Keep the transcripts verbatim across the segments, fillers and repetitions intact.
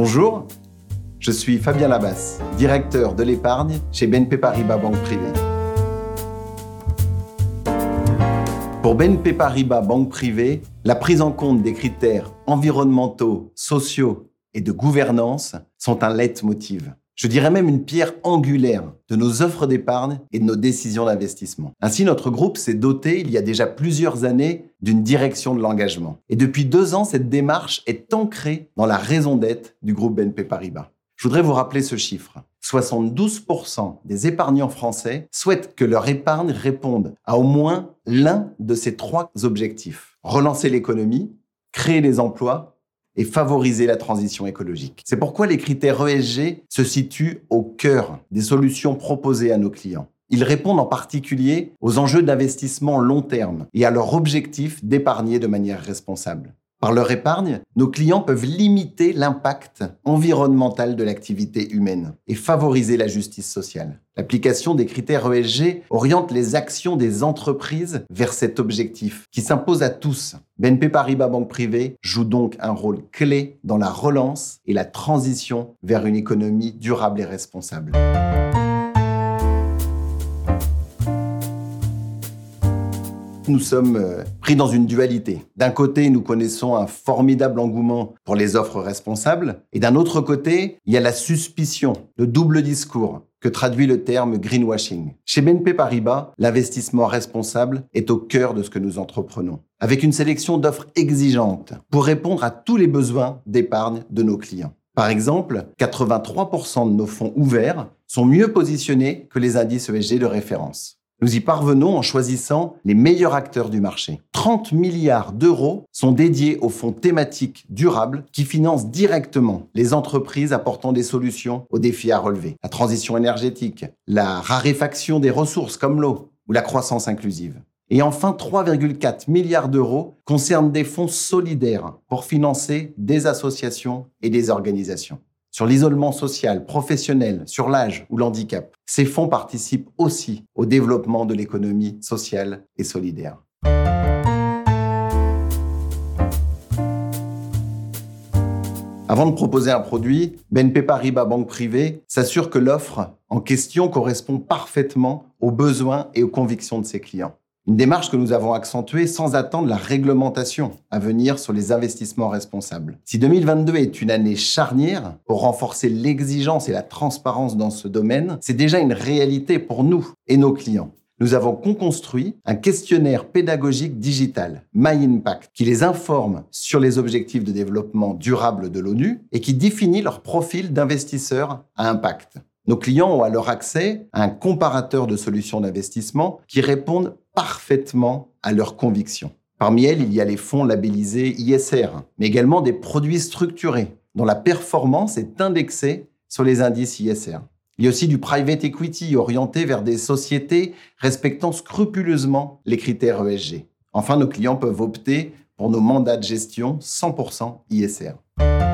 Bonjour, je suis Fabien Labasse, directeur de l'épargne chez B N P Paribas Banque Privée. Pour B N P Paribas Banque Privée, la prise en compte des critères environnementaux, sociaux et de gouvernance sont un leitmotiv. Je dirais même une pierre angulaire de nos offres d'épargne et de nos décisions d'investissement. Ainsi, notre groupe s'est doté, il y a déjà plusieurs années, d'une direction de l'engagement. Et depuis deux ans, cette démarche est ancrée dans la raison d'être du groupe B N P Paribas. Je voudrais vous rappeler ce chiffre. soixante-douze pour cent des épargnants français souhaitent que leur épargne réponde à au moins l'un de ces trois objectifs. Relancer l'économie, créer des emplois et favoriser la transition écologique. C'est pourquoi les critères E S G se situent au cœur des solutions proposées à nos clients. Ils répondent en particulier aux enjeux d'investissement long terme et à leur objectif d'épargner de manière responsable. Par leur épargne, nos clients peuvent limiter l'impact environnemental de l'activité humaine et favoriser la justice sociale. L'application des critères E S G oriente les actions des entreprises vers cet objectif qui s'impose à tous. B N P Paribas Banque Privée joue donc un rôle clé dans la relance et la transition vers une économie durable et responsable. Nous sommes pris dans une dualité. D'un côté, nous connaissons un formidable engouement pour les offres responsables, et d'un autre côté, il y a la suspicion, le double discours que traduit le terme greenwashing. Chez B N P Paribas, l'investissement responsable est au cœur de ce que nous entreprenons, avec une sélection d'offres exigeantes pour répondre à tous les besoins d'épargne de nos clients. Par exemple, quatre-vingt-trois pour cent de nos fonds ouverts sont mieux positionnés que les indices E S G de référence. Nous y parvenons en choisissant les meilleurs acteurs du marché. trente milliards d'euros sont dédiés aux fonds thématiques durables qui financent directement les entreprises apportant des solutions aux défis à relever. La transition énergétique, la raréfaction des ressources comme l'eau ou la croissance inclusive. Et enfin, trois virgule quatre milliards d'euros concernent des fonds solidaires pour financer des associations et des organisations. Sur l'isolement social, professionnel, sur l'âge ou l'handicap. Ces fonds participent aussi au développement de l'économie sociale et solidaire. Avant de proposer un produit, B N P Paribas Banque Privée s'assure que l'offre en question correspond parfaitement aux besoins et aux convictions de ses clients. Une démarche que nous avons accentuée sans attendre la réglementation à venir sur les investissements responsables. Si deux mille vingt-deux est une année charnière pour renforcer l'exigence et la transparence dans ce domaine, c'est déjà une réalité pour nous et nos clients. Nous avons co-construit un questionnaire pédagogique digital, My Impact, qui les informe sur les objectifs de développement durable de l'ONU et qui définit leur profil d'investisseur à impact. Nos clients ont alors accès à un comparateur de solutions d'investissement qui répondent parfaitement à leurs convictions. Parmi elles, il y a les fonds labellisés I S R, mais également des produits structurés dont la performance est indexée sur les indices I S R. Il y a aussi du private equity orienté vers des sociétés respectant scrupuleusement les critères E S G. Enfin, nos clients peuvent opter pour nos mandats de gestion cent pour cent I S R.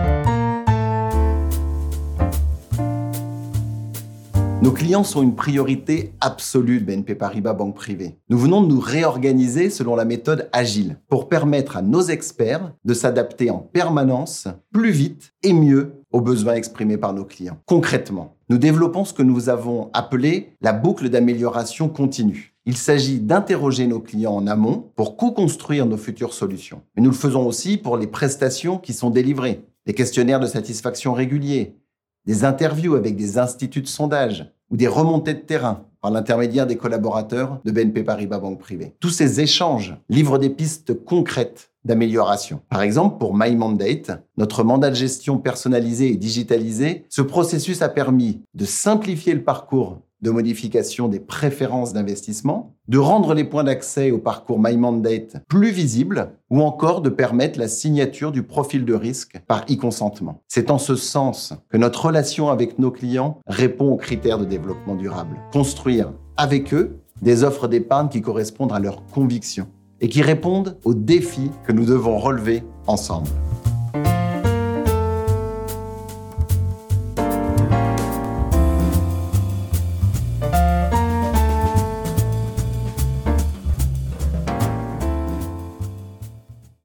Nos clients sont une priorité absolue de B N P Paribas Banque Privée. Nous venons de nous réorganiser selon la méthode agile pour permettre à nos experts de s'adapter en permanence, plus vite et mieux aux besoins exprimés par nos clients. Concrètement, nous développons ce que nous avons appelé la boucle d'amélioration continue. Il s'agit d'interroger nos clients en amont pour co-construire nos futures solutions. Mais nous le faisons aussi pour les prestations qui sont délivrées, des questionnaires de satisfaction réguliers, des interviews avec des instituts de sondage ou des remontées de terrain par l'intermédiaire des collaborateurs de B N P Paribas Banque Privée. Tous ces échanges livrent des pistes concrètes d'amélioration. Par exemple, pour My Mandate, notre mandat de gestion personnalisé et digitalisé, ce processus a permis de simplifier le parcours de modification des préférences d'investissement, de rendre les points d'accès au parcours My Mandate plus visibles ou encore de permettre la signature du profil de risque par e-consentement. C'est en ce sens que notre relation avec nos clients répond aux critères de développement durable. Construire avec eux des offres d'épargne qui correspondent à leurs convictions et qui répondent aux défis que nous devons relever ensemble.